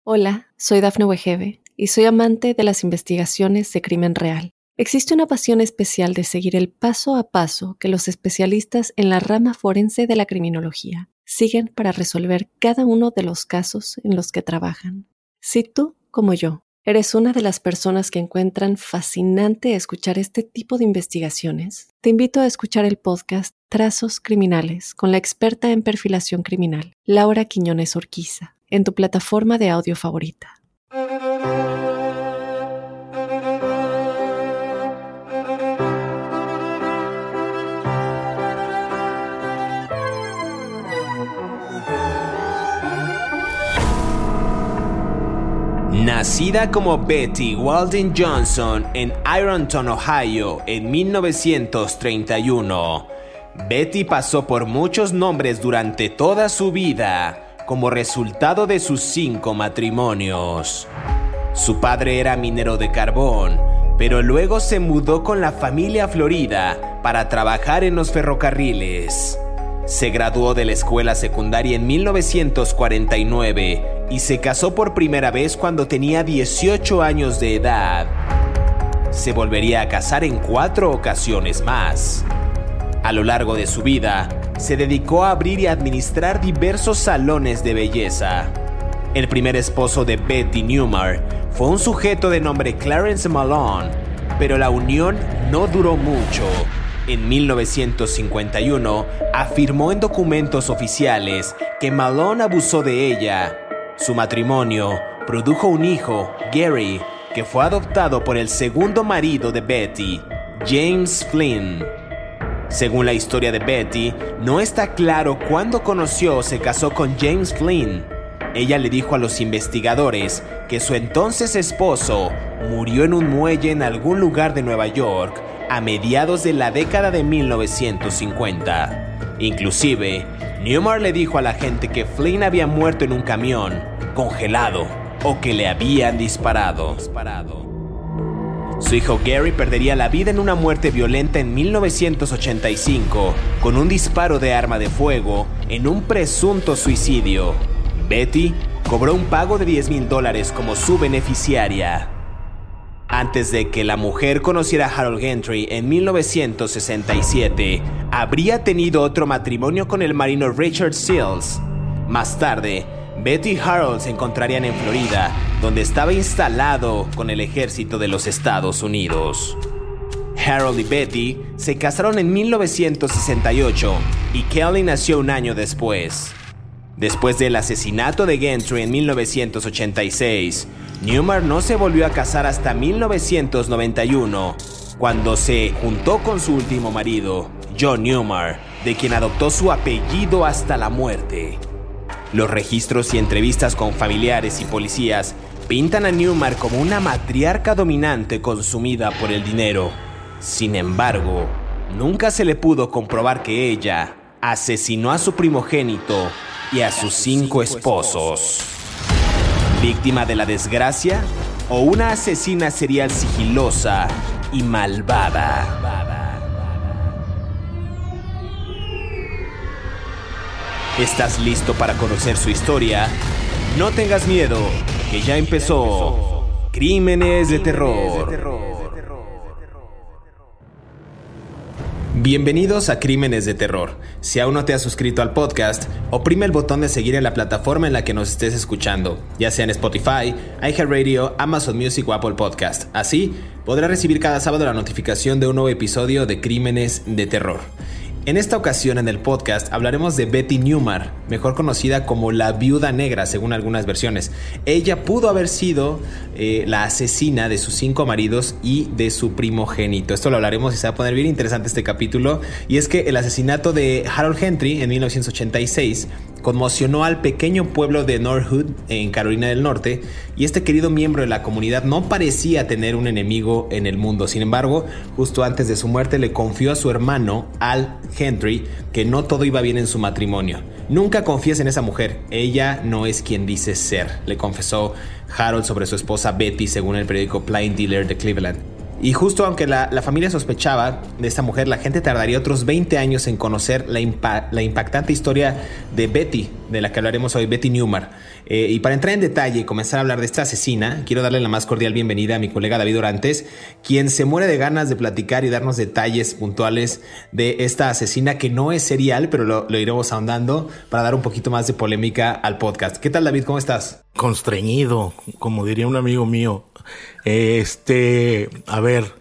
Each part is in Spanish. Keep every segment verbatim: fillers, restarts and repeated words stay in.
Hola, soy Dafne Wegebe y soy amante de las investigaciones de crimen real. Existe una pasión especial de seguir el paso a paso que los especialistas en la rama forense de la criminología siguen para resolver cada uno de los casos en los que trabajan. Si tú, como yo, eres una de las personas que encuentran fascinante escuchar este tipo de investigaciones, te invito a escuchar el podcast Trazos Criminales con la experta en perfilación criminal, Laura Quiñones Orquiza, en tu plataforma de audio favorita. Nacida como Betty Walden Johnson en Ironton, Ohio, en mil novecientos treinta y uno, Betty pasó por muchos nombres durante toda su vida como resultado de sus cinco matrimonios. Su padre era minero de carbón, pero luego se mudó con la familia a Florida para trabajar en los ferrocarriles. Se graduó de la escuela secundaria en mil novecientos cuarenta y nueve y se casó por primera vez cuando tenía dieciocho años de edad. Se volvería a casar en cuatro ocasiones más. A lo largo de su vida, se dedicó a abrir y administrar diversos salones de belleza. El primer esposo de Betty Newmar fue un sujeto de nombre Clarence Malone, pero la unión no duró mucho. En mil novecientos cincuenta y uno, afirmó en documentos oficiales que Malone abusó de ella. Su matrimonio produjo un hijo, Gary, que fue adoptado por el segundo marido de Betty, James Flynn. Según la historia de Betty, no está claro cuándo conoció o se casó con James Flynn. Ella le dijo a los investigadores que su entonces esposo murió en un muelle en algún lugar de Nueva York a mediados de la década de mil novecientos cincuenta. Inclusive, Newmar le dijo a la gente que Flynn había muerto en un camión, congelado, o que le habían disparado. Su hijo Gary perdería la vida en una muerte violenta en mil novecientos ochenta y cinco con un disparo de arma de fuego en un presunto suicidio. Betty cobró un pago de diez mil dólares como su beneficiaria. Antes de que la mujer conociera a Harold Gentry en mil novecientos sesenta y siete, habría tenido otro matrimonio con el marino Richard Seals. Más tarde, Betty y Harold se encontrarían en Florida, donde estaba instalado con el ejército de los Estados Unidos. Harold y Betty se casaron en mil novecientos sesenta y ocho y Kelly nació un año después. Después del asesinato de Gentry en mil novecientos ochenta y seis, Newmar no se volvió a casar hasta mil novecientos noventa y uno, cuando se juntó con su último marido, John Newmar, de quien adoptó su apellido hasta la muerte. Los registros y entrevistas con familiares y policías pintan a Newmar como una matriarca dominante consumida por el dinero. Sin embargo, nunca se le pudo comprobar que ella asesinó a su primogénito y a sus cinco esposos. ¿Víctima de la desgracia o una asesina serial sigilosa y malvada? ¿Estás listo para conocer su historia? No tengas miedo, que ya empezó Crímenes de Terror. Bienvenidos a Crímenes de Terror. Si aún no te has suscrito al podcast, oprime el botón de seguir en la plataforma en la que nos estés escuchando, ya sea en Spotify, iHeartRadio, Amazon Music o Apple Podcast. Así, podrás recibir cada sábado la notificación de un nuevo episodio de Crímenes de Terror. En esta ocasión en el podcast hablaremos de Betty Newmar, mejor conocida como la Viuda Negra según algunas versiones. Ella pudo haber sido eh, la asesina de sus cinco maridos y de su primogénito. Esto lo hablaremos y se va a poner bien interesante este capítulo. Y es que el asesinato de Harold Gentry en mil novecientos ochenta y seis conmocionó al pequeño pueblo de North Hood en Carolina del Norte, y este querido miembro de la comunidad no parecía tener un enemigo en el mundo. Sin embargo, justo antes de su muerte le confió a su hermano Al Gentry que no todo iba bien en su matrimonio. Nunca confíes en esa mujer, ella no es quien dice ser, le confesó Harold sobre su esposa Betty según el periódico Plain Dealer de Cleveland. Y justo aunque la, la familia sospechaba de esta mujer, la gente tardaría otros veinte años en conocer la, impa- la impactante historia de Betty, de la que hablaremos hoy, Betty Newmar. Eh, y para entrar en detalle y comenzar a hablar de esta asesina, quiero darle la más cordial bienvenida a mi colega David Orantes, quien se muere de ganas de platicar y darnos detalles puntuales de esta asesina que no es serial, pero lo, lo iremos ahondando para dar un poquito más de polémica al podcast. ¿Qué tal, David? ¿Cómo estás? Constreñido, como diría un amigo mío. Este, a ver,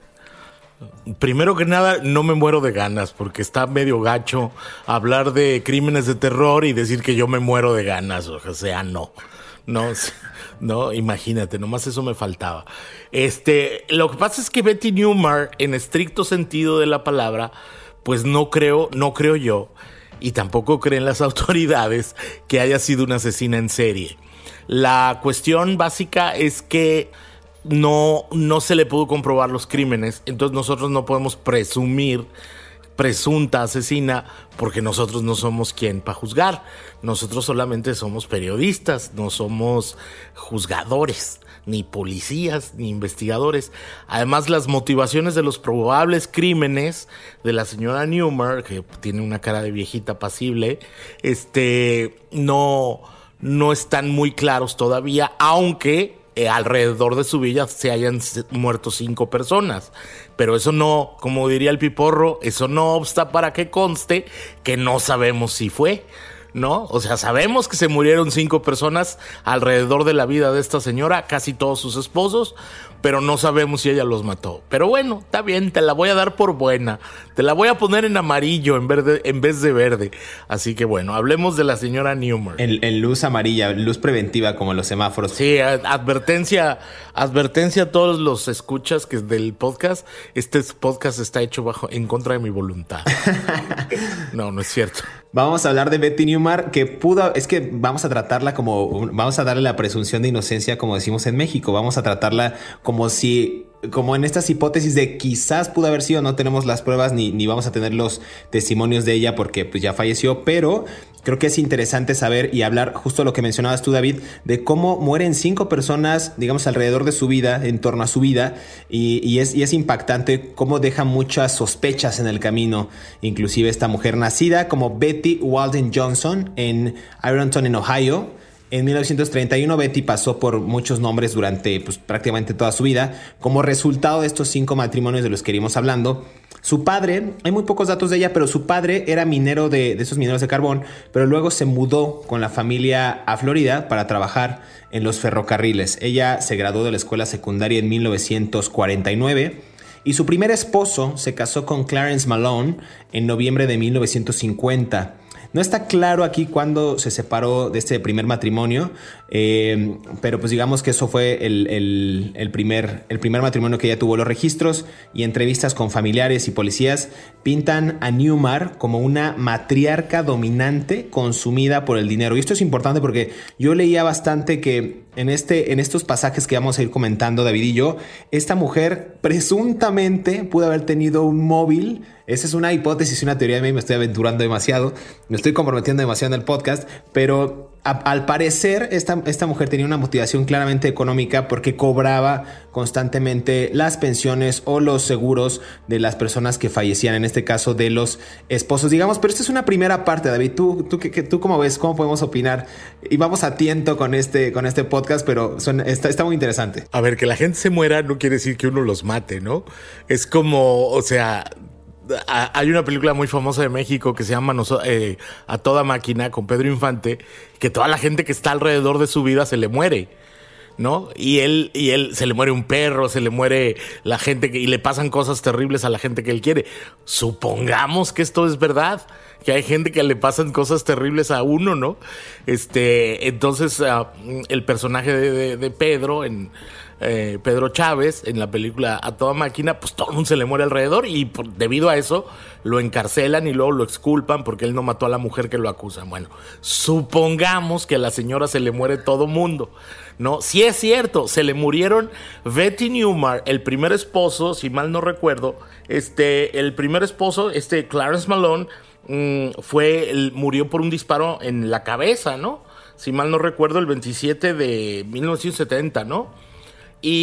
primero que nada, no me muero de ganas porque está medio gacho hablar de crímenes de terror y decir que yo me muero de ganas. O sea, no, no, no, imagínate, nomás eso me faltaba. Este, lo que pasa es que Betty Newmar, en estricto sentido de la palabra, pues no creo, no creo yo, y tampoco creen las autoridades que haya sido una asesina en serie. La cuestión básica es que no, no se le pudo comprobar los crímenes, entonces nosotros no podemos presumir presunta asesina porque nosotros no somos quien para juzgar. Nosotros solamente somos periodistas, no somos juzgadores, ni policías, ni investigadores. Además, las motivaciones de los probables crímenes de la señora Newmar, que tiene una cara de viejita pasible, este, no, no están muy claros todavía, aunque Eh, alrededor de su villa se hayan muerto cinco personas. Pero eso no, como diría el Piporro, eso no obsta para que conste que no sabemos si fue, ¿no? O sea, sabemos que se murieron cinco personas alrededor de la vida de esta señora, casi todos sus esposos, pero no sabemos si ella los mató. Pero bueno, está bien, te la voy a dar por buena. Te la voy a poner en amarillo en, verde, en vez de verde. Así que bueno, hablemos de la señora Newmar. En, en luz amarilla, luz preventiva como los semáforos. Sí, advertencia, advertencia a todos los escuchas que del podcast. Este podcast está hecho bajo en contra de mi voluntad. No, no es cierto. Vamos a hablar de Betty Newmar, que pudo, es que vamos a tratarla como, vamos a darle la presunción de inocencia, como decimos en México. Vamos a tratarla como si, como en estas hipótesis de quizás pudo haber sido, no tenemos las pruebas ni, ni vamos a tener los testimonios de ella porque pues ya falleció, pero creo que es interesante saber y hablar justo lo que mencionabas tú, David, de cómo mueren cinco personas, digamos, alrededor de su vida, en torno a su vida, y, y, es, y es impactante cómo deja muchas sospechas en el camino, inclusive esta mujer nacida como Betty Walden Johnson en Ironton, en Ohio. En mil novecientos treinta y uno, Betty pasó por muchos nombres durante pues, prácticamente toda su vida. Como resultado de estos cinco matrimonios de los que iremos hablando, su padre, hay muy pocos datos de ella, pero su padre era minero de, de esos mineros de carbón, pero luego se mudó con la familia a Florida para trabajar en los ferrocarriles. Ella se graduó de la escuela secundaria en mil novecientos cuarenta y nueve y su primer esposo se casó con Clarence Malone en noviembre de mil novecientos cincuenta. No está claro aquí cuándo se separó de este primer matrimonio, eh, pero pues digamos que eso fue el, el, el, primer, el primer matrimonio que ella tuvo. Los registros y entrevistas con familiares y policías pintan a Newmar como una matriarca dominante consumida por el dinero. Y esto es importante porque yo leía bastante que en, este, en estos pasajes que vamos a ir comentando, David y yo, esta mujer presuntamente pudo haber tenido un móvil. Esa es una hipótesis, una teoría de mí, me estoy aventurando demasiado, me estoy comprometiendo demasiado en el podcast, pero a, al parecer esta, esta mujer tenía una motivación claramente económica porque cobraba constantemente las pensiones o los seguros de las personas que fallecían, en este caso de los esposos, digamos. Pero esta es una primera parte, David. ¿Tú, tú, qué, tú cómo ves? ¿Cómo podemos opinar? Y vamos a tiento con este, con este podcast, pero son, está, está muy interesante. A ver, que la gente se muera no quiere decir que uno los mate, ¿no? Es como, o sea... Hay una película muy famosa de México que se llama eh, A Toda Máquina, con Pedro Infante, que toda la gente que está alrededor de su vida se le muere, ¿no? Y él, y él se le muere un perro, se le muere la gente que, y le pasan cosas terribles a la gente que él quiere. Supongamos que esto es verdad, que hay gente que le pasan cosas terribles a uno, ¿no? Este, entonces uh, el personaje de, de, de Pedro en Eh, Pedro Chávez en la película A Toda Máquina, pues todo el mundo se le muere alrededor y por, debido a eso lo encarcelan y luego lo exculpan porque él no mató a la mujer que lo acusan. Bueno, supongamos que a la señora se le muere todo mundo, ¿no? Sí es cierto, se le murieron Betty Newmar, el primer esposo, si mal no recuerdo, este, el primer esposo, este Clarence Malone, mmm, fue, el, murió por un disparo en la cabeza, ¿no? Si mal no recuerdo, el veintisiete de mil novecientos setenta, ¿no? Y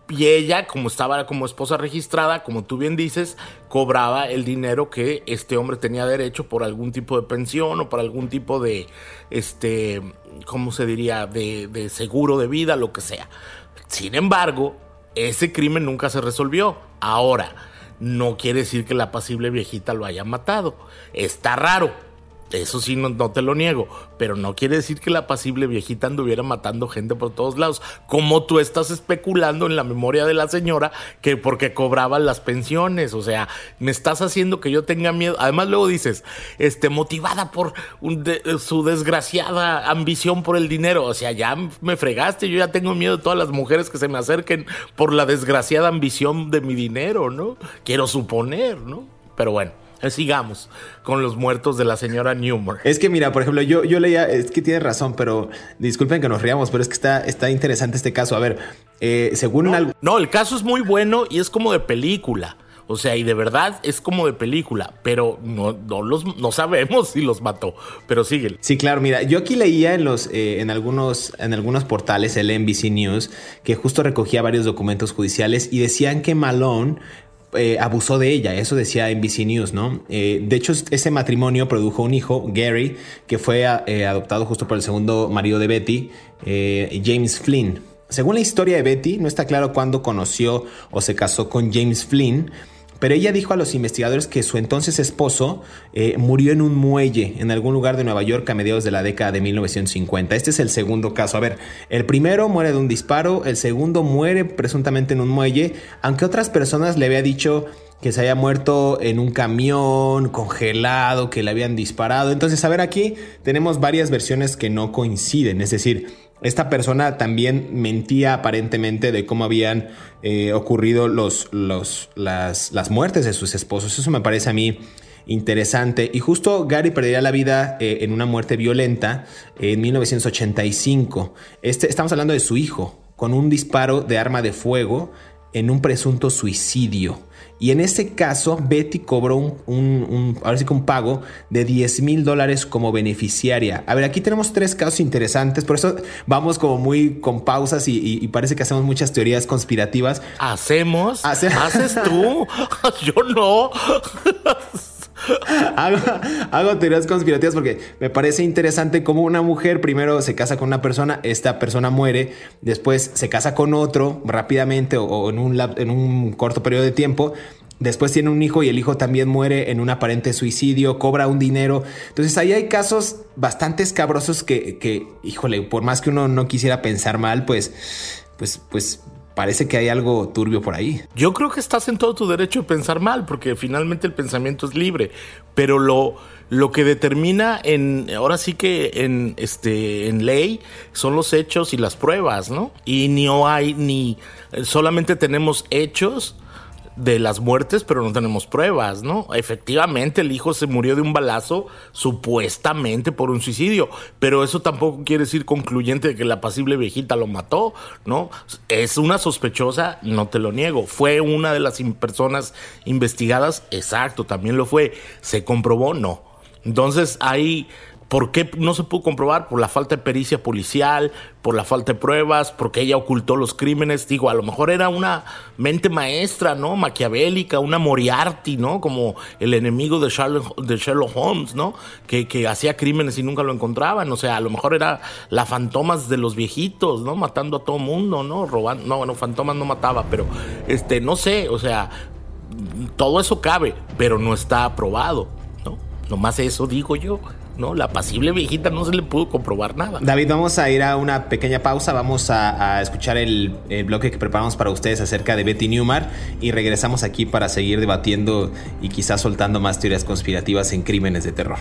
Y ella, como estaba como esposa registrada, como tú bien dices, cobraba el dinero que este hombre tenía derecho por algún tipo de pensión o por algún tipo de, este, ¿cómo se diría? De, de seguro de vida, lo que sea. Sin embargo, ese crimen nunca se resolvió. Ahora, no quiere decir que la apacible viejita lo haya matado. Está raro. Eso sí, no, no te lo niego, pero no quiere decir que la apacible viejita anduviera matando gente por todos lados, como tú estás especulando en la memoria de la señora, que porque cobraban las pensiones. O sea, me estás haciendo que yo tenga miedo. Además luego dices, este, motivada por un de, su desgraciada ambición por el dinero. O sea, ya me fregaste, yo ya tengo miedo de todas las mujeres que se me acerquen por la desgraciada ambición de mi dinero, ¿no? Quiero suponer, ¿no? Pero bueno, sigamos con los muertos de la señora Newmar. Es que mira, por ejemplo, yo, yo leía, es que tienes razón, pero disculpen que nos riamos, pero es que está, está interesante este caso. A ver, eh, según no, algo... No, el caso es muy bueno y es como de película. O sea, y de verdad es como de película, pero no, no, los, no sabemos si los mató. Pero síguele. Sí, claro, mira, yo aquí leía en los eh, en algunos en algunos portales, el N B C News, que justo recogía varios documentos judiciales y decían que Malone Eh, abusó de ella. Eso decía N B C News, ¿no? Eh, de hecho, ese matrimonio produjo un hijo, Gary, que fue eh, adoptado justo por el segundo marido de Betty, eh, James Flynn. Según la historia de Betty, no está claro cuándo conoció o se casó con James Flynn, pero ella dijo a los investigadores que su entonces esposo eh, murió en un muelle en algún lugar de Nueva York a mediados de la década de mil novecientos cincuenta. Este es el segundo caso. A ver, el primero muere de un disparo, el segundo muere presuntamente en un muelle, aunque otras personas le había dicho que se había muerto en un camión congelado, que le habían disparado. Entonces, a ver, aquí tenemos varias versiones que no coinciden, es decir, esta persona también mentía aparentemente de cómo habían eh, ocurrido los, los, las, las muertes de sus esposos. Eso me parece a mí interesante. Y justo Gary perdería la vida eh, en una muerte violenta eh, en mil novecientos ochenta y cinco. Este, estamos hablando de su hijo, con un disparo de arma de fuego en un presunto suicidio. Y en ese caso, Betty cobró un, un, un, ahora sí que un pago de diez mil dólares como beneficiaria. A ver, aquí tenemos tres casos interesantes, por eso vamos como muy con pausas y, y, y parece que hacemos muchas teorías conspirativas. ¿Hacemos? Hace... ¿Haces tú? Yo no. Hago, hago teorías conspirativas porque me parece interesante cómo una mujer primero se casa con una persona, esta persona muere, después se casa con otro rápidamente o, o en, un, en un corto periodo de tiempo, después tiene un hijo y el hijo también muere en un aparente suicidio, cobra un dinero. Entonces ahí hay casos bastante escabrosos que, que híjole, por más que uno no quisiera pensar mal, pues, pues, pues... parece que hay algo turbio por ahí. Yo creo que estás en todo tu derecho de pensar mal, porque finalmente el pensamiento es libre. Pero lo, lo que determina en, ahora sí que en, este, en ley son los hechos y las pruebas, ¿no? Y no hay ni, solamente tenemos hechos de las muertes, pero no tenemos pruebas, ¿no? Efectivamente, el hijo se murió de un balazo, supuestamente por un suicidio, pero eso tampoco quiere decir concluyente de que la apacible viejita lo mató, ¿no? Es una sospechosa, no te lo niego. ¿Fue una de las personas investigadas? Exacto, también lo fue. ¿Se comprobó? No. Entonces, ahí... ¿por qué no se pudo comprobar? Por la falta de pericia policial, por la falta de pruebas, porque ella ocultó los crímenes. Digo, a lo mejor era una mente maestra, ¿no? Maquiavélica, una Moriarty, ¿no? Como el enemigo de Sherlock, de Sherlock Holmes, ¿no? Que, que hacía crímenes y nunca lo encontraban. O sea, a lo mejor era la Fantomas de los viejitos, ¿no? Matando a todo mundo, ¿no? Robando. No, bueno, Fantomas no mataba, pero este, no sé, o sea, todo eso cabe, pero no está aprobado, ¿no? Nomás eso digo yo. No, la apacible viejita no se le pudo comprobar nada. David, vamos a ir a una pequeña pausa. Vamos a, a escuchar el, el bloque que preparamos para ustedes acerca de Betty Newmar y regresamos aquí para seguir debatiendo y quizás soltando más teorías conspirativas en crímenes de terror.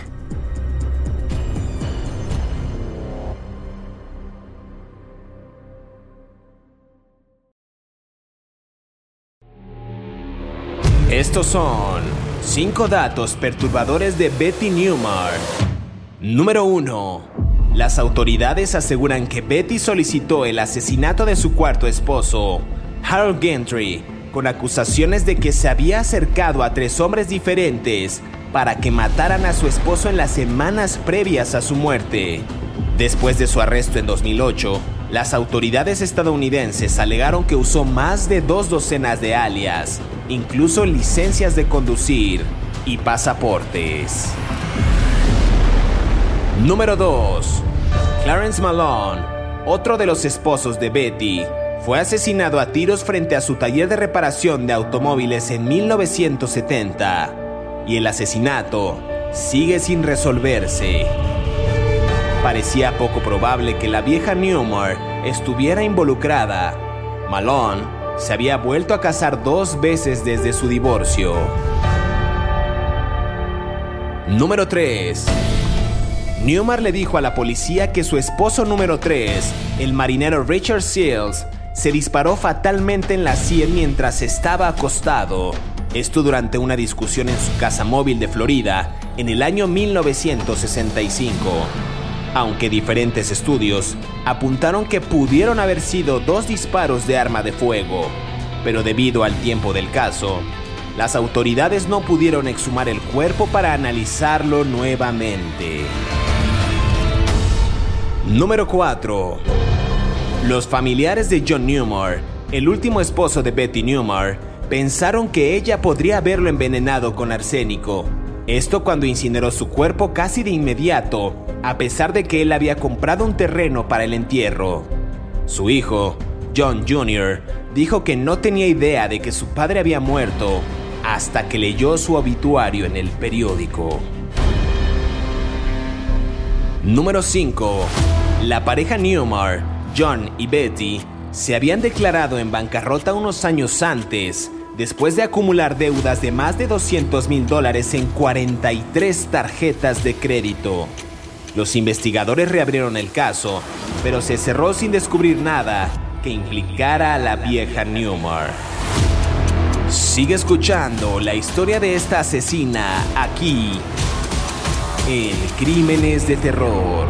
Estos son cinco datos perturbadores de Betty Newmar. Número uno. Las autoridades aseguran que Betty solicitó el asesinato de su cuarto esposo, Harold Gentry, con acusaciones de que se había acercado a tres hombres diferentes para que mataran a su esposo en las semanas previas a su muerte. Después de su arresto en dos mil ocho, Las autoridades estadounidenses alegaron que usó más de dos docenas de alias, incluso licencias de conducir y pasaportes. Número dos. Clarence Malone, otro de los esposos de Betty, fue asesinado a tiros frente a su taller de reparación de automóviles en mil novecientos setenta, y el asesinato sigue sin resolverse. Parecía poco probable que la vieja Newmar estuviera involucrada. Malone se había vuelto a casar dos veces desde su divorcio. Número tres. Newmar le dijo a la policía que su esposo número tres, el marinero Richard Seals, se disparó fatalmente en la sien mientras estaba acostado. Esto durante una discusión en su casa móvil de Florida en el año mil novecientos sesenta y cinco. Aunque diferentes estudios apuntaron que pudieron haber sido dos disparos de arma de fuego, pero debido al tiempo del caso, las autoridades no pudieron exhumar el cuerpo para analizarlo nuevamente. Número cuatro. Los familiares de John Newmar, el último esposo de Betty Newmar, pensaron que ella podría haberlo envenenado con arsénico. Esto cuando incineró su cuerpo casi de inmediato, a pesar de que él había comprado un terreno para el entierro. Su hijo, John junior, dijo que no tenía idea de que su padre había muerto hasta que leyó su obituario en el periódico. Número cinco. La pareja Newmar, John y Betty, se habían declarado en bancarrota unos años antes, después de acumular deudas de más de doscientos mil dólares en cuarenta y tres tarjetas de crédito. Los investigadores reabrieron el caso, pero se cerró sin descubrir nada que implicara a la vieja Newmar. Sigue escuchando la historia de esta asesina aquí en Crímenes de Terror.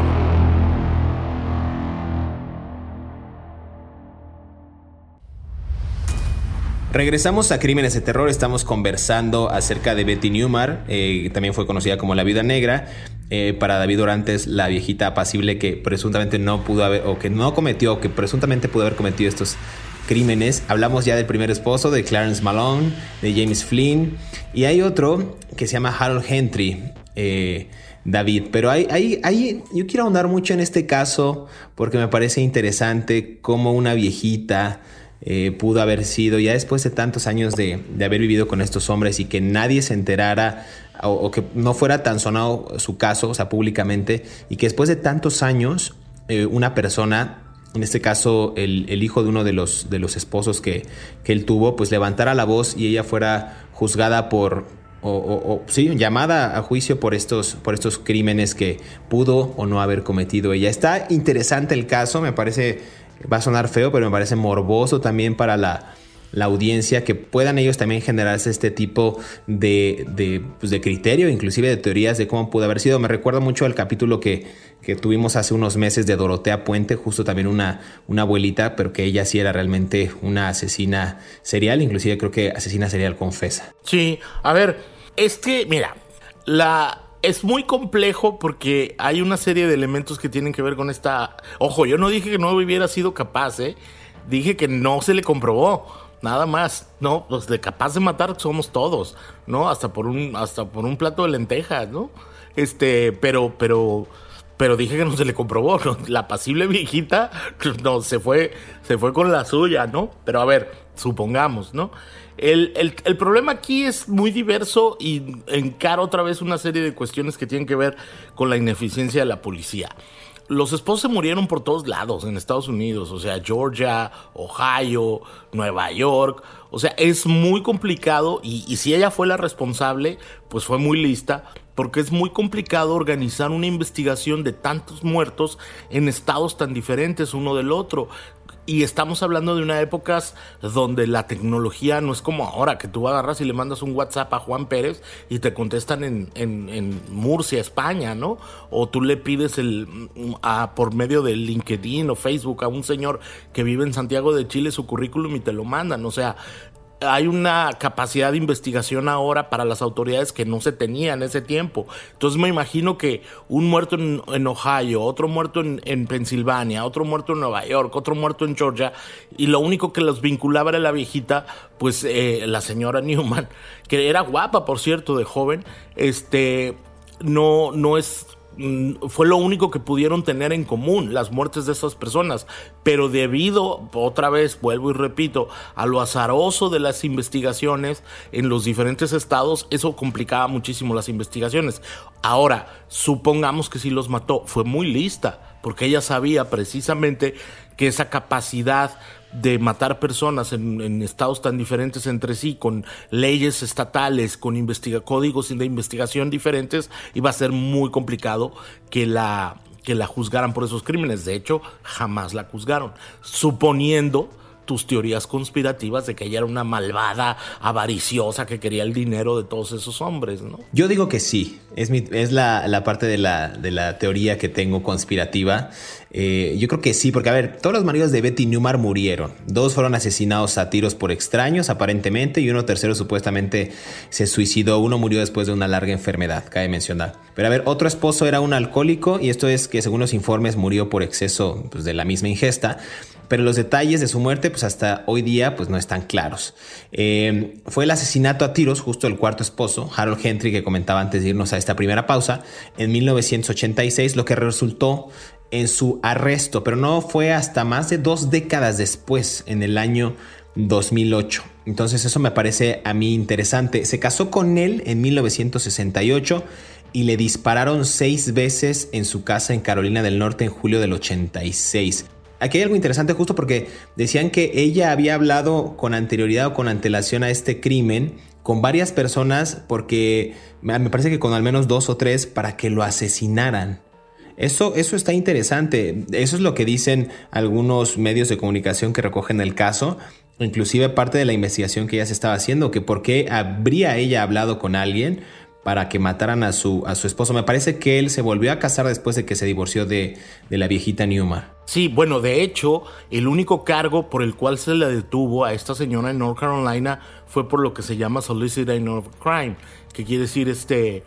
Regresamos a Crímenes de Terror. Estamos conversando acerca de Betty Newmar, eh, también fue conocida como la Viuda Negra. Eh, para David Orantes, la viejita apacible que presuntamente no pudo haber, o que no cometió, que presuntamente pudo haber cometido estos crímenes. Hablamos ya del primer esposo, de Clarence Malone, de James Flynn, y hay otro que se llama Harold Gentry, eh, David. Pero hay, hay, hay, yo quiero ahondar mucho en este caso porque me parece interesante cómo una viejita Eh, pudo haber sido, ya después de tantos años de, de haber vivido con estos hombres y que nadie se enterara o, o que no fuera tan sonado su caso, o sea, públicamente, y que después de tantos años eh, una persona, en este caso el, el hijo de uno de los, de los esposos que, que él tuvo, pues levantara la voz y ella fuera juzgada por, o, o, o sí, llamada a juicio por estos, por estos crímenes que pudo o no haber cometido ella. Está interesante el caso, me parece. Va a sonar feo, pero me parece morboso también para la, la audiencia, que puedan ellos también generarse este tipo de, de, pues de criterio, inclusive de teorías de cómo pudo haber sido. Me recuerda mucho al capítulo que, que tuvimos hace unos meses de Dorotea Puente, justo también una, una abuelita, pero que ella sí era realmente una asesina serial, inclusive creo que asesina serial confesa. Sí, a ver, es que, mira, la... es muy complejo porque hay una serie de elementos que tienen que ver con esta... Ojo, yo no dije que no hubiera sido capaz, ¿eh? Dije que no se le comprobó, nada más, ¿no? Los de capaz de matar somos todos, ¿no? Hasta por un, hasta por un plato de lentejas, ¿no? Este, pero, pero... Pero dije que no se le comprobó, ¿no? La apacible viejita, no, se fue, se fue con la suya, ¿no? Pero a ver, supongamos, ¿no? El, el, el problema aquí es muy diverso y encara otra vez una serie de cuestiones que tienen que ver con la ineficiencia de la policía. Los esposos se murieron por todos lados en Estados Unidos, o sea, Georgia, Ohio, Nueva York. O sea, es muy complicado y, y si ella fue la responsable, pues fue muy lista, porque es muy complicado organizar una investigación de tantos muertos en estados tan diferentes uno del otro. Y estamos hablando de una época donde la tecnología no es como ahora, que tú agarras y le mandas un WhatsApp a Juan Pérez y te contestan en, en, en Murcia, España, ¿no? O tú le pides el a, por medio de LinkedIn o Facebook a un señor que vive en Santiago de Chile su currículum y te lo mandan. O sea, hay una capacidad de investigación ahora para las autoridades que no se tenía en ese tiempo. Entonces me imagino que un muerto en, en Ohio, otro muerto en, en Pensilvania, otro muerto en Nueva York, otro muerto en Georgia, y lo único que los vinculaba era la viejita, pues eh, la señora Newman, que era guapa, por cierto, de joven, este, no, no es... fue lo único que pudieron tener en común, las muertes de esas personas. Pero debido, otra vez, vuelvo y repito, a lo azaroso de las investigaciones en los diferentes estados, eso complicaba muchísimo las investigaciones. Ahora, supongamos que sí los mató, fue muy lista, porque ella sabía precisamente que esa capacidad de matar personas en, en estados tan diferentes entre sí, con leyes estatales, con investiga- códigos de investigación diferentes, iba a ser muy complicado que la, que la juzgaran por esos crímenes. De hecho, jamás la juzgaron, suponiendo tus teorías conspirativas de que ella era una malvada, avariciosa, que quería el dinero de todos esos hombres, ¿no? Yo digo que sí, es, mi, es la, la parte de la, de la teoría que tengo conspirativa. Eh, yo creo que sí, porque a ver, todos los maridos de Betty Newmar murieron. Dos fueron asesinados a tiros por extraños, aparentemente, y uno tercero supuestamente se suicidó. Uno murió después de una larga enfermedad, cabe mencionar. Pero a ver, otro esposo era un alcohólico, y esto es que según los informes murió por exceso, pues, de la misma ingesta. Pero los detalles de su muerte, pues hasta hoy día, pues no están claros. Eh, fue el asesinato a tiros, justo el cuarto esposo, Harold Gentry, que comentaba antes de irnos a esta primera pausa, en mil novecientos ochenta y seis, lo que resultó en su arresto, pero no fue hasta más de dos décadas después, en el año dos mil ocho. Entonces eso me parece a mí interesante. Se casó con él en mil novecientos sesenta y ocho y le dispararon seis veces en su casa en Carolina del Norte en julio del ochenta y seis. Aquí hay algo interesante justo porque decían que ella había hablado con anterioridad o con antelación a este crimen con varias personas, porque me parece que con al menos dos o tres, para que lo asesinaran. Eso, eso está interesante. Eso es lo que dicen algunos medios de comunicación que recogen el caso, inclusive parte de la investigación que ella se estaba haciendo, que por qué habría ella hablado con alguien para que mataran a su, a su esposo. Me parece que él se volvió a casar después de que se divorció de, de la viejita Newmar. Sí, bueno, de hecho, el único cargo por el cual se le detuvo a esta señora en North Carolina fue por lo que se llama soliciting of crime, que quiere decir este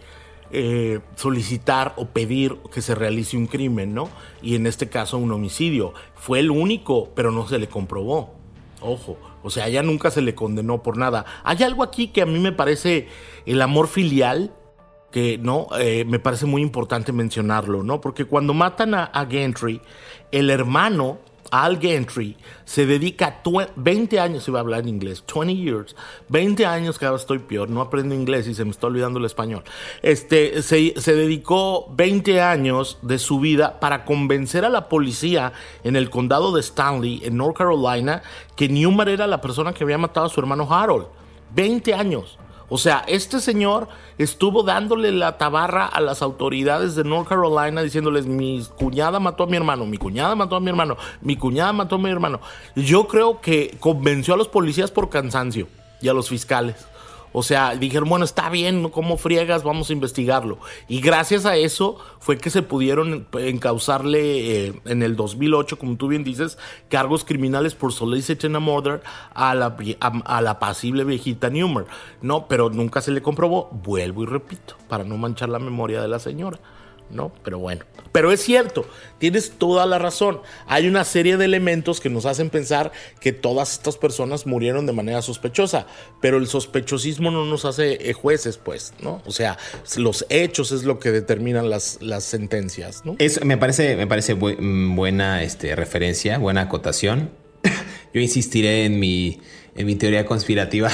eh, solicitar o pedir que se realice un crimen, ¿no? Y en este caso un homicidio. Fue el único, pero no se le comprobó. Ojo, o sea, a ella nunca se le condenó por nada. Hay algo aquí que a mí me parece el amor filial, que no eh, me parece muy importante mencionarlo, ¿no? Porque cuando matan a, a Gentry, el hermano Al Gentry se dedica veinte años, iba a hablar en inglés, veinte years, veinte años, que ahora estoy peor, no aprendo inglés y se me está olvidando el español. Este, se, se dedicó veinte años de su vida para convencer a la policía en el condado de Stanley, en North Carolina, que Newmar era la persona que había matado a su hermano Harold. veinte años. O sea, este señor estuvo dándole la tabarra a las autoridades de North Carolina diciéndoles: mi cuñada mató a mi hermano, mi cuñada mató a mi hermano, mi cuñada mató a mi hermano. Yo creo que convenció a los policías por cansancio y a los fiscales. O sea, dijeron, bueno, está bien, ¿cómo friegas? Vamos a investigarlo. Y gracias a eso fue que se pudieron encauzarle eh, en el dos mil ocho, como tú bien dices, cargos criminales por soliciting a murder a la, a, a la pasible viejita Newmar. No, pero nunca se le comprobó. Vuelvo y repito, para no manchar la memoria de la señora. No, pero bueno. Pero es cierto, tienes toda la razón. Hay una serie de elementos que nos hacen pensar que todas estas personas murieron de manera sospechosa, pero el sospechosismo no nos hace jueces, pues, ¿no? O sea, los hechos es lo que determinan las, las sentencias, ¿no? Eso me parece, me parece bu- buena este, referencia, buena acotación. Yo insistiré en mi, en mi teoría conspirativa.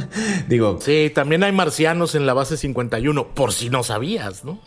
Digo, sí, también hay marcianos en la base cincuenta y uno, por si no sabías, ¿no?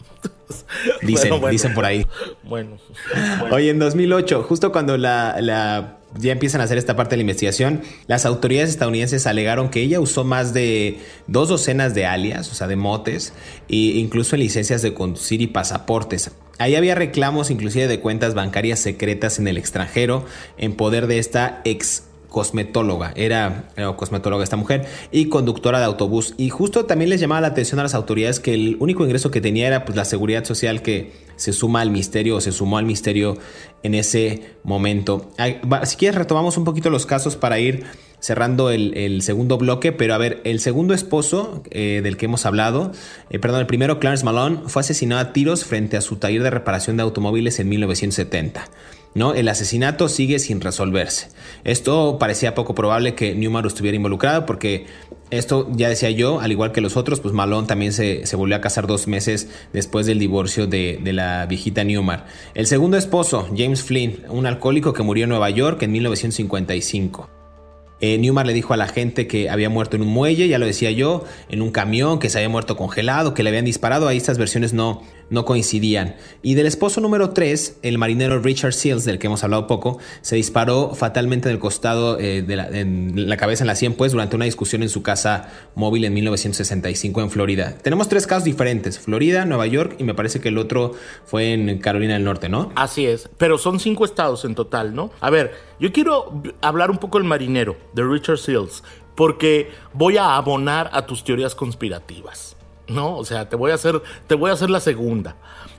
Dicen, bueno, bueno, dicen por ahí. Bueno, bueno. Oye, en dos mil ocho, justo cuando la, la ya empiezan a hacer esta parte de la investigación, las autoridades estadounidenses alegaron que ella usó más de dos docenas de alias, o sea, de motes, e incluso en licencias de conducir y pasaportes. Ahí había reclamos inclusive de cuentas bancarias secretas en el extranjero en poder de esta ex cosmetóloga, era, era cosmetóloga esta mujer y conductora de autobús. Y justo también les llamaba la atención a las autoridades que el único ingreso que tenía era pues la seguridad social, que se suma al misterio o se sumó al misterio en ese momento. Si quieres retomamos un poquito los casos para ir cerrando el, el segundo bloque, pero a ver, el segundo esposo eh, del que hemos hablado, eh, perdón, el primero, Clarence Malone, fue asesinado a tiros frente a su taller de reparación de automóviles en mil novecientos setenta. ¿No? El asesinato sigue sin resolverse. Esto parecía poco probable que Newmar estuviera involucrado porque esto, ya decía yo, al igual que los otros, pues Malone también se, se volvió a casar dos meses después del divorcio de, de la viejita Newmar. El segundo esposo, James Flynn, un alcohólico que murió en Nueva York en mil novecientos cincuenta y cinco. Eh, Newmar le dijo a la gente que había muerto en un muelle, ya lo decía yo, en un camión, que se había muerto congelado, que le habían disparado. Ahí estas versiones no, no coincidían. Y del esposo número tres, el marinero Richard Seals, del que hemos hablado poco, se disparó fatalmente en el costado, eh, de la, en la cabeza, en la sien, pues, durante una discusión en su casa móvil en mil novecientos sesenta y cinco en Florida. Tenemos tres casos diferentes: Florida, Nueva York y me parece que el otro fue en Carolina del Norte, ¿no? Así es, pero son cinco estados en total, ¿no? A ver, yo quiero hablar un poco del marinero, de Richard Seals, porque voy a abonar a tus teorías conspirativas, ¿no? O sea, te voy a hacer, te voy a hacer la segunda.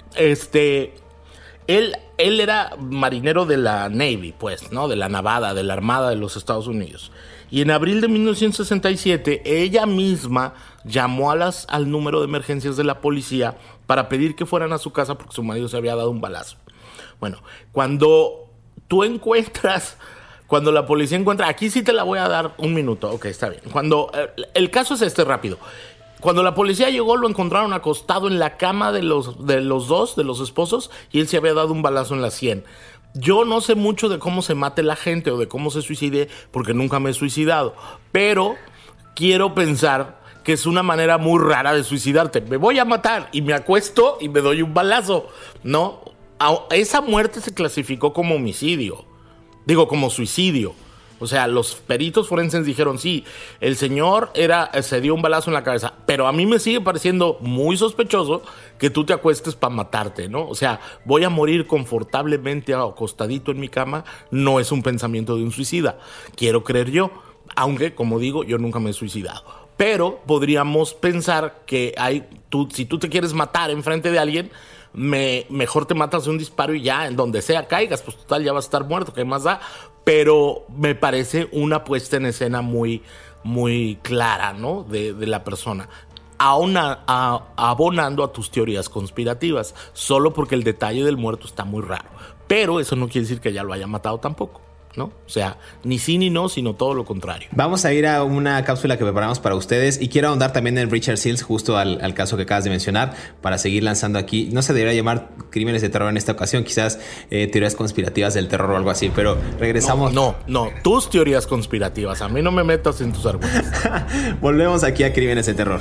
Este, él, él era marinero de la Navy, pues, ¿no? De la Navada, de la Armada de los Estados Unidos. Y en abril de mil novecientos sesenta y siete, ella misma llamó a las, al número de emergencias de la policía para pedir que fueran a su casa porque su marido se había dado un balazo. Bueno, cuando tú encuentras... Cuando la policía encuentra... Aquí sí te la voy a dar un minuto. Ok, está bien. Cuando... El, el caso es este, rápido. Cuando la policía llegó, lo encontraron acostado en la cama de los, de los dos, de los esposos, y él se había dado un balazo en la sien. Yo no sé mucho de cómo se mate la gente o de cómo se suicide, porque nunca me he suicidado. Pero quiero pensar que es una manera muy rara de suicidarte. Me voy a matar y me acuesto y me doy un balazo. No, esa muerte se clasificó como homicidio. Digo, como suicidio. O sea, los peritos forenses dijeron, sí, el señor era, se dio un balazo en la cabeza. Pero a mí me sigue pareciendo muy sospechoso que tú te acuestes para matarte, ¿no? O sea, voy a morir confortablemente acostadito en mi cama. No es un pensamiento de un suicida. Quiero creer yo. Aunque, como digo, yo nunca me he suicidado. Pero podríamos pensar que hay, tú, si tú te quieres matar enfrente de alguien... Me, mejor te matas de un disparo y ya, en donde sea caigas, pues total ya vas a estar muerto, ¿qué más da? Pero me parece una puesta en escena muy, muy clara, ¿no? De, de la persona. Aún a, a, abonando a tus teorías conspirativas, solo porque el detalle del muerto está muy raro. Pero eso no quiere decir que ya lo haya matado tampoco, ¿no? O sea, ni sí ni no, sino todo lo contrario. Vamos a ir a una cápsula que preparamos para ustedes y quiero ahondar también en Richard Seals, justo al, al caso que acabas de mencionar, para seguir lanzando aquí. No se debería llamar crímenes de terror en esta ocasión, quizás eh, teorías conspirativas del terror o algo así, pero regresamos. No, no, no, tus teorías conspirativas, a mí no me metas en tus argumentos. Volvemos aquí a Crímenes de Terror.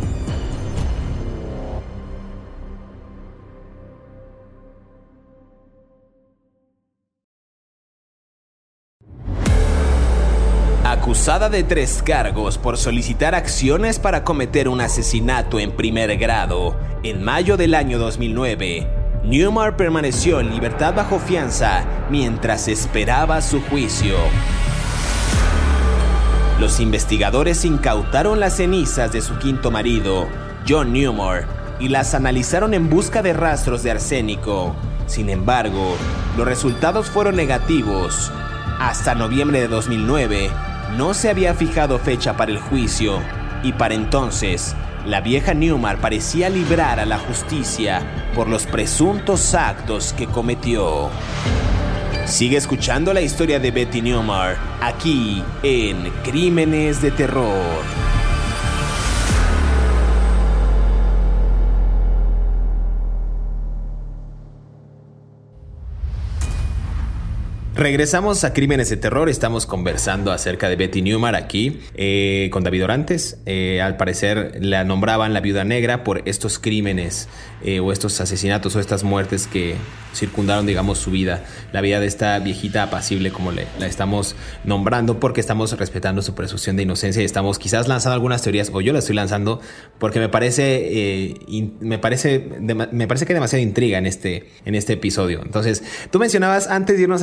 Acusada de tres cargos por solicitar acciones para cometer un asesinato en primer grado, en mayo del año dos mil nueve, Newmar permaneció en libertad bajo fianza mientras esperaba su juicio. Los investigadores incautaron las cenizas de su quinto marido, John Newmar, y las analizaron en busca de rastros de arsénico. Sin embargo, los resultados fueron negativos. Hasta noviembre de dos mil nueve, no se había fijado fecha para el juicio, y para entonces, la vieja Newmar parecía librar a la justicia por los presuntos actos que cometió. Sigue escuchando la historia de Betty Newmar, aquí en Crímenes de Terror. Regresamos a Crímenes de Terror. Estamos conversando acerca de Betty Newmar aquí eh, con David Orantes. Eh, al parecer la nombraban la viuda negra por estos crímenes eh, o estos asesinatos o estas muertes que circundaron, digamos, su vida. La vida de esta viejita apacible, como le, la estamos nombrando, porque estamos respetando su presunción de inocencia y estamos quizás lanzando algunas teorías, o yo las estoy lanzando, porque me parece, eh, in, me parece, de, me parece que hay demasiada intriga en este, en este episodio. Entonces, tú mencionabas antes de irnos a esta pausa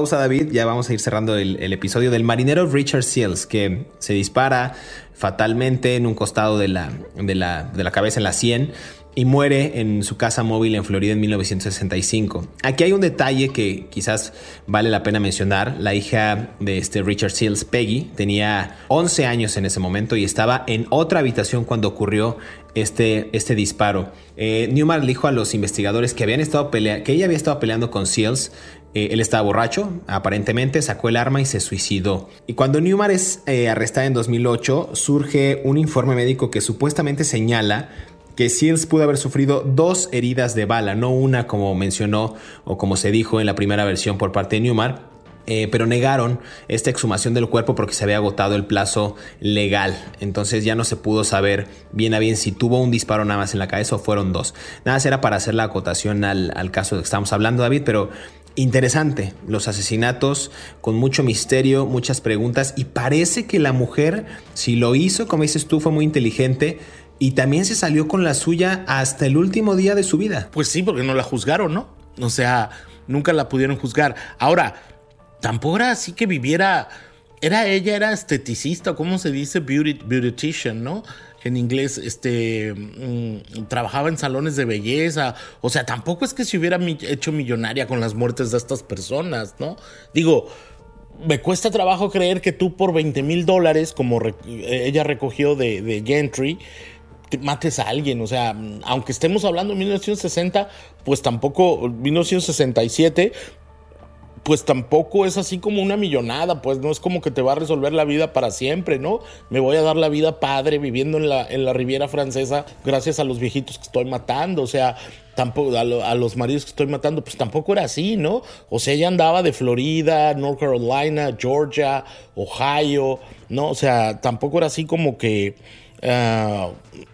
pausa, David, ya vamos a ir cerrando el, el episodio del marinero Richard Seals, que se dispara fatalmente en un costado de la, de la, de la cabeza, en la sien, y muere en su casa móvil en Florida en mil novecientos sesenta y cinco. Aquí hay un detalle que quizás vale la pena mencionar. La hija de este Richard Seals, Peggy, tenía once años en ese momento y estaba en otra habitación cuando ocurrió este, este disparo. Eh, Newmar le dijo a los investigadores que, habían estado pelea- que ella había estado peleando con Seals. Eh, él estaba borracho, aparentemente, sacó el arma y se suicidó. Y cuando Newmar es eh, arrestada en dos mil ocho, surge un informe médico que supuestamente señala que Seals pudo haber sufrido dos heridas de bala, no una como mencionó o como se dijo en la primera versión por parte de Newmar, eh, pero negaron esta exhumación del cuerpo porque se había agotado el plazo legal. Entonces ya no se pudo saber bien a bien si tuvo un disparo nada más en la cabeza o fueron dos. Nada más era para hacer la acotación al, al caso de que estamos hablando, David, pero interesante, los asesinatos con mucho misterio, muchas preguntas, y parece que la mujer, si lo hizo, como dices tú, fue muy inteligente. Y también se salió con la suya hasta el último día de su vida. Pues sí, porque no la juzgaron, ¿no? O sea, nunca la pudieron juzgar. Ahora, tampoco era así que viviera... Era ella, era esteticista, ¿cómo se dice? Beauty, beautician, ¿no? En inglés, este... Mmm, trabajaba en salones de belleza. O sea, tampoco es que se hubiera mi- hecho millonaria con las muertes de estas personas, ¿no? Digo... Me cuesta trabajo creer que tú por veinte mil dólares, como re- ella recogió de, de Gentry, mates a alguien. O sea, aunque estemos hablando de mil novecientos sesenta, pues tampoco, mil novecientos sesenta y siete, pues tampoco es así como una millonada, pues no es como que te va a resolver la vida para siempre, ¿no? Me voy a dar la vida padre viviendo en la, en la Riviera Francesa gracias a los viejitos que estoy matando, o sea, tampoco a, lo, a los maridos que estoy matando, pues tampoco era así, ¿no? O sea, ella andaba de Florida, North Carolina, Georgia, Ohio, ¿no? O sea, tampoco era así como que... Uh,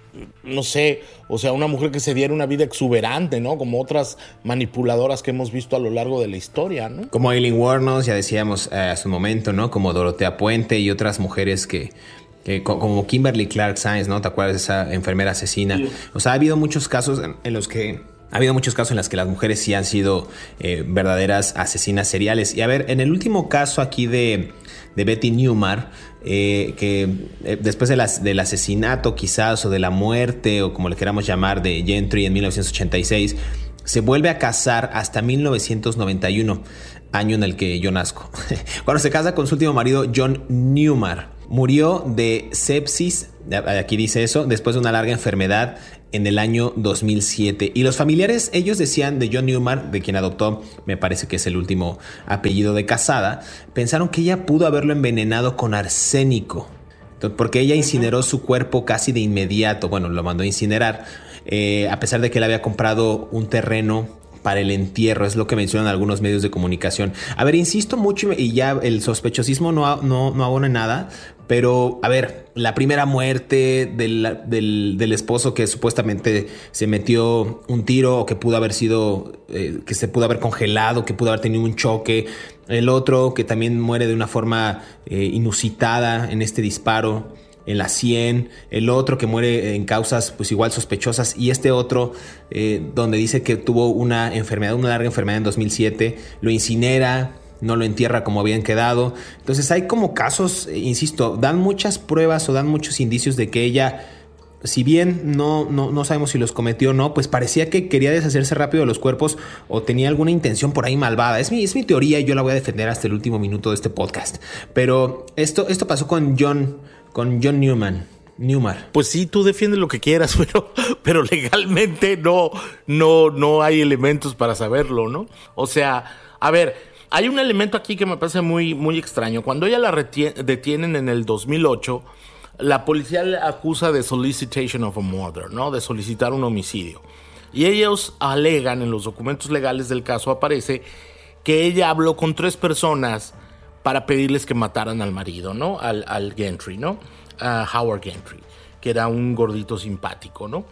no sé, o sea, una mujer que se diera una vida exuberante, ¿no? Como otras manipuladoras que hemos visto a lo largo de la historia, ¿no? Como Aileen Wuornos, ya decíamos eh, hace un momento, ¿no? Como Dorotea Puente y otras mujeres que... que como Kimberly Clark Sainz, ¿no? ¿Te acuerdas de esa enfermera asesina? Sí. O sea, ha habido muchos casos en, en los que... Ha habido muchos casos en los que las mujeres sí han sido eh, verdaderas asesinas seriales. Y a ver, en el último caso aquí de, de Betty Newmar, eh, que eh, después de las, del asesinato quizás o de la muerte o como le queramos llamar de Gentry en mil novecientos ochenta y seis, se vuelve a casar hasta mil novecientos noventa y uno, año en el que yo nazco. Cuando se casa con su último marido, John Newmar. Murió de sepsis, aquí dice eso, después de una larga enfermedad en el año dos mil siete. Y los familiares, ellos decían de John Newmar, de quien adoptó, me parece que es el último apellido de casada, pensaron que ella pudo haberlo envenenado con arsénico, porque ella incineró su cuerpo casi de inmediato. Bueno, lo mandó a incinerar, eh, a pesar de que él había comprado un terreno para el entierro, es lo que mencionan algunos medios de comunicación. A ver, insisto mucho y ya el sospechosismo no, no, no abona nada, pero a ver, la primera muerte del, del, del esposo que supuestamente se metió un tiro o que pudo haber sido, eh, que se pudo haber congelado, que pudo haber tenido un choque, el otro que también muere de una forma eh, inusitada en este disparo en la sien, el otro que muere en causas pues igual sospechosas, y este otro eh, donde dice que tuvo una enfermedad, una larga enfermedad en dos mil siete, lo incinera, no lo entierra como habían quedado. Entonces hay como casos, eh, insisto, dan muchas pruebas o dan muchos indicios de que ella, si bien no, no, no sabemos si los cometió o no, pues parecía que quería deshacerse rápido de los cuerpos o tenía alguna intención por ahí malvada. Es mi, es mi teoría y yo la voy a defender hasta el último minuto de este podcast. Pero esto, esto pasó con John, con John Newman. Newmar. Pues sí, tú defiendes lo que quieras, pero, pero legalmente no, no, no hay elementos para saberlo, ¿no? O sea, a ver, hay un elemento aquí que me parece muy, muy extraño. Cuando ella la retien- detienen en el dos mil ocho, la policía le acusa de solicitation of a murder, ¿no? De solicitar un homicidio. Y ellos alegan, en los documentos legales del caso aparece, que ella habló con tres personas para pedirles que mataran al marido, ¿no? Al, al Gentry, ¿no? A Howard Gentry, que era un gordito simpático, ¿no?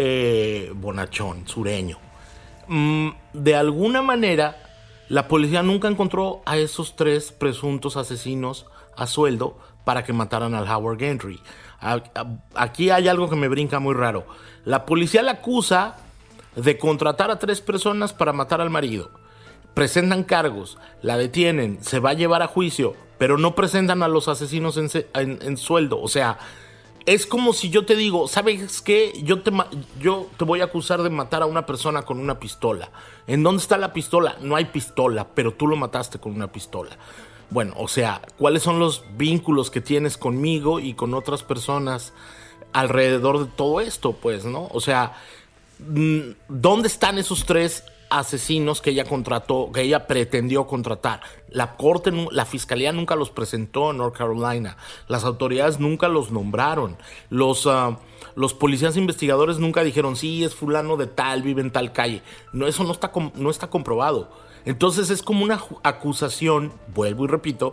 Eh, bonachón, sureño. Mm, de alguna manera, la policía nunca encontró a esos tres presuntos asesinos a sueldo para que mataran al Howard Gentry. Aquí hay algo que me brinca muy raro. La policía la acusa de contratar a tres personas para matar al marido, presentan cargos, la detienen, se va a llevar a juicio, pero no presentan a los asesinos en, en, en sueldo. O sea, es como si yo te digo, ¿sabes qué? Yo te, yo te voy a acusar de matar a una persona con una pistola. ¿En dónde está la pistola? No hay pistola, pero tú lo mataste con una pistola. Bueno, o sea, ¿cuáles son los vínculos que tienes conmigo y con otras personas alrededor de todo esto? Pues, ¿no? O sea, ¿dónde están esos tres asesinos que ella contrató, que ella pretendió contratar? La corte, la fiscalía nunca los presentó en North Carolina. Las autoridades nunca los nombraron. Los, uh, los policías investigadores nunca dijeron, sí, es fulano de tal, vive en tal calle. No, eso no está, no está comprobado. Entonces es como una acusación, vuelvo y repito,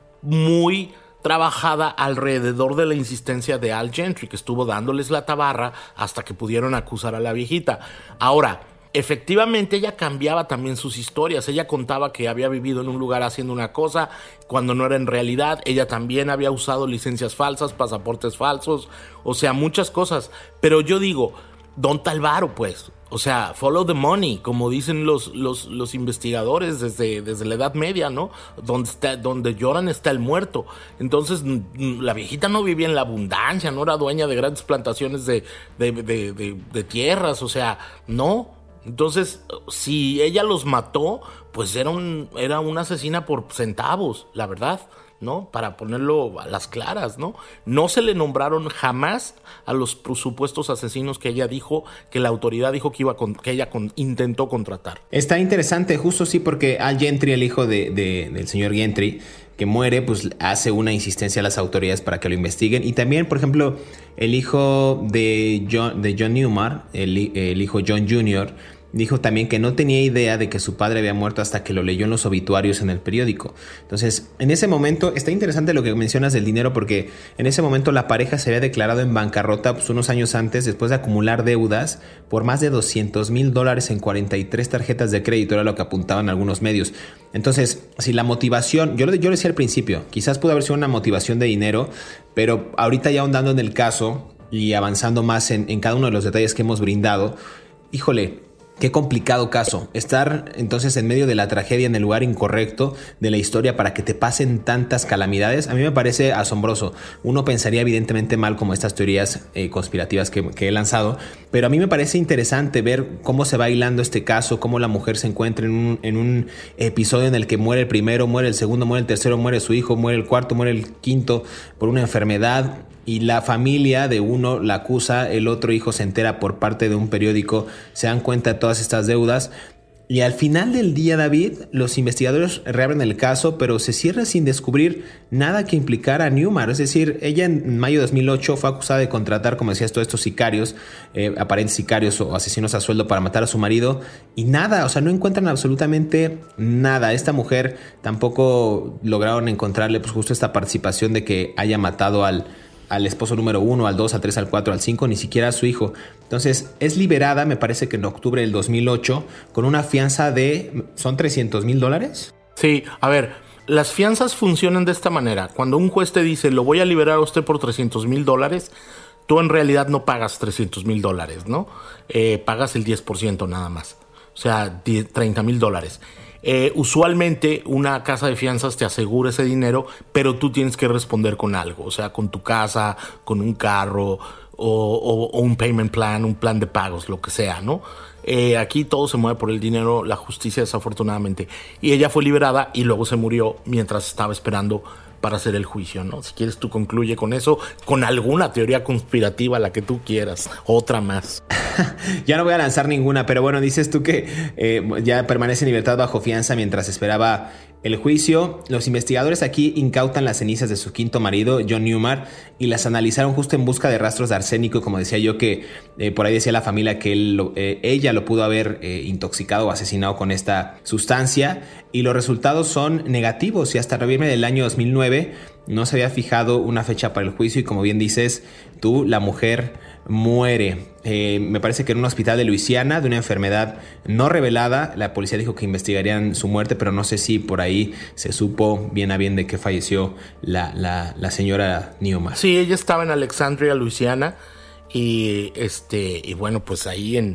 muy trabajada alrededor de la insistencia de Al Gentry, que estuvo dándoles la tabarra hasta que pudieron acusar a la viejita. Ahora, efectivamente ella cambiaba también sus historias. Ella contaba que había vivido en un lugar haciendo una cosa cuando no era en realidad. Ella también había usado licencias falsas, pasaportes falsos, o sea, muchas cosas. Pero yo digo, ¿dónde está el varo, pues? O sea, follow the money, como dicen los, los, los investigadores desde, desde la Edad Media, ¿no? Donde, está, donde lloran está el muerto. Entonces, la viejita no vivía en la abundancia, no era dueña de grandes plantaciones de, de, de, de, de tierras, o sea, no. Entonces, si ella los mató, pues era, un, era una asesina por centavos, la verdad, ¿no? Para ponerlo a las claras, ¿no? No se le nombraron jamás a los supuestos asesinos que ella dijo, que la autoridad dijo que iba con, que ella con, intentó contratar. Está interesante, justo sí, porque Al Gentry, el hijo de, de, del señor Gentry, que muere, pues hace una insistencia a las autoridades para que lo investiguen. Y también, por ejemplo, el hijo de John, de John Newmar, el, el hijo John junior, dijo también que no tenía idea de que su padre había muerto hasta que lo leyó en los obituarios en el periódico. Entonces, en ese momento, está interesante lo que mencionas del dinero, porque en ese momento la pareja se había declarado en bancarrota pues, unos años antes, después de acumular deudas por más de doscientos mil dólares en cuarenta y tres tarjetas de crédito, era lo que apuntaban algunos medios. Entonces, si la motivación, yo, yo lo decía al principio, quizás pudo haber sido una motivación de dinero, pero ahorita ya ahondando en el caso y avanzando más en, en cada uno de los detalles que hemos brindado, híjole, qué complicado caso. Estar entonces en medio de la tragedia en el lugar incorrecto de la historia para que te pasen tantas calamidades, a mí me parece asombroso. Uno pensaría evidentemente mal como estas teorías eh, conspirativas que, que he lanzado, pero a mí me parece interesante ver cómo se va hilando este caso, cómo la mujer se encuentra en un, en un episodio en el que muere el primero, muere el segundo, muere el tercero, muere su hijo, muere el cuarto, muere el quinto por una enfermedad. Y la familia de uno la acusa, el otro hijo se entera por parte de un periódico, se dan cuenta de todas estas deudas. Y al final del día, David, los investigadores reabren el caso, pero se cierra sin descubrir nada que implicara a Newmar. Es decir, ella en mayo de dos mil ocho fue acusada de contratar, como decías, todos estos sicarios, eh, aparentes sicarios o asesinos a sueldo para matar a su marido. Y nada, o sea, no encuentran absolutamente nada. Esta mujer tampoco lograron encontrarle pues justo esta participación de que haya matado al... al esposo número uno, al dos, al tres, al cuatro, al cinco, ni siquiera a su hijo. Entonces es liberada, me parece que en octubre del dos mil ocho, con una fianza de, ¿son trescientos mil dólares? Sí, a ver, las fianzas funcionan de esta manera. Cuando un juez te dice, lo voy a liberar a usted por trescientos mil dólares, tú en realidad no pagas trescientos mil dólares, ¿no? Eh, pagas el diez por ciento nada más. O sea, treinta mil dólares. Eh, usualmente una casa de fianzas te asegura ese dinero, pero tú tienes que responder con algo, o sea, con tu casa, con un carro o, o, o un payment plan, un plan de pagos, lo que sea, ¿no? Eh, aquí todo se mueve por el dinero, la justicia desafortunadamente. Y ella fue liberada y luego se murió mientras estaba esperando para hacer el juicio, ¿no? Si quieres tú concluye con eso, con alguna teoría conspirativa, la que tú quieras, otra más. Ya no voy a lanzar ninguna, pero bueno, dices tú que eh, ya permanece en libertad bajo fianza mientras esperaba el juicio. Los investigadores aquí incautan las cenizas de su quinto marido, John Newmar, y las analizaron justo en busca de rastros de arsénico, como decía yo, que eh, por ahí decía la familia que él, eh, ella lo pudo haber eh, intoxicado o asesinado con esta sustancia, y los resultados son negativos, y hasta noviembre del año dos mil nueve no se había fijado una fecha para el juicio, y como bien dices tú, la mujer muere. Eh, me parece que en un hospital de Luisiana, de una enfermedad no revelada. La policía dijo que investigarían su muerte, pero no sé si por ahí se supo bien a bien de que falleció la, la, la señora Newmar. Sí, ella estaba en Alexandria, Luisiana, y este y bueno, pues ahí en,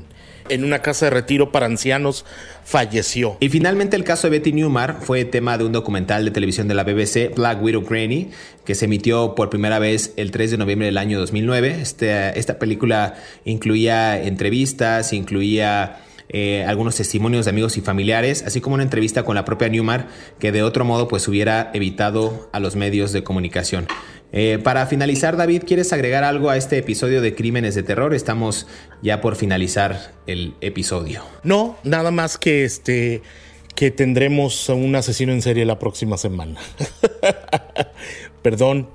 en una casa de retiro para ancianos falleció. Y finalmente el caso de Betty Newmar fue tema de un documental de televisión de la B B C, Black Widow Granny, que se emitió por primera vez el tres de noviembre del año dos mil nueve. Este, esta película incluía entrevistas, incluía eh, algunos testimonios de amigos y familiares, así como una entrevista con la propia Newmar, que de otro modo pues hubiera evitado a los medios de comunicación. Eh, para finalizar, David, ¿quieres agregar algo a este episodio de Crímenes de Terror? Estamos ya por finalizar el episodio. No, nada más que este que tendremos a un asesino en serie la próxima semana. Perdón,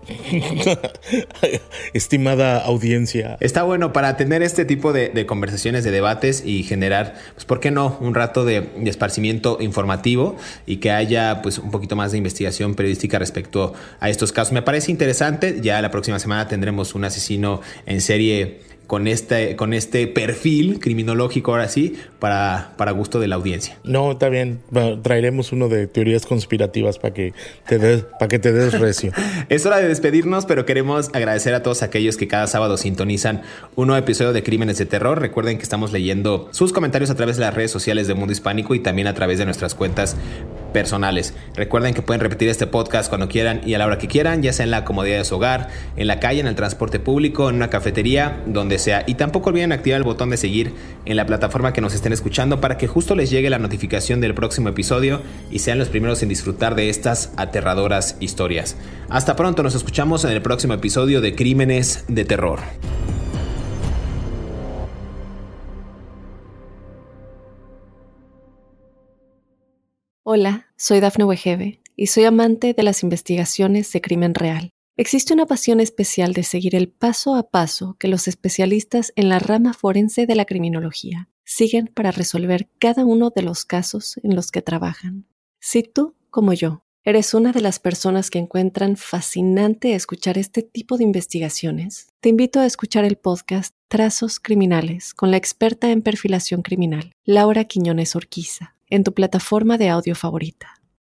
estimada audiencia. Está bueno para tener este tipo de, de conversaciones, de debates y generar, pues, ¿por qué no? Un rato de, de esparcimiento informativo y que haya, pues, un poquito más de investigación periodística respecto a estos casos. Me parece interesante. Ya la próxima semana tendremos un asesino en serie con este, con este perfil criminológico, ahora sí, para, para gusto de la audiencia. No, está bien. Bueno, traeremos uno de teorías conspirativas para que te des, para que te des recio. Es hora de despedirnos, pero queremos agradecer a todos aquellos que cada sábado sintonizan un nuevo episodio de Crímenes de Terror. Recuerden que estamos leyendo sus comentarios a través de las redes sociales de Mundo Hispánico y también a través de nuestras cuentas personales. Recuerden que pueden repetir este podcast cuando quieran y a la hora que quieran, ya sea en la comodidad de su hogar, en la calle, en el transporte público, en una cafetería, donde sea. Y tampoco olviden activar el botón de seguir en la plataforma que nos estén escuchando para que justo les llegue la notificación del próximo episodio y sean los primeros en disfrutar de estas aterradoras historias. Hasta pronto, nos escuchamos en el próximo episodio de Crímenes de Terror. Hola, soy Dafne Wegebe y soy amante de las investigaciones de crimen real. Existe una pasión especial de seguir el paso a paso que los especialistas en la rama forense de la criminología siguen para resolver cada uno de los casos en los que trabajan. Si tú, como yo, eres una de las personas que encuentran fascinante escuchar este tipo de investigaciones, te invito a escuchar el podcast Trazos Criminales con la experta en perfilación criminal, Laura Quiñones Orquiza, en tu plataforma de audio favorita.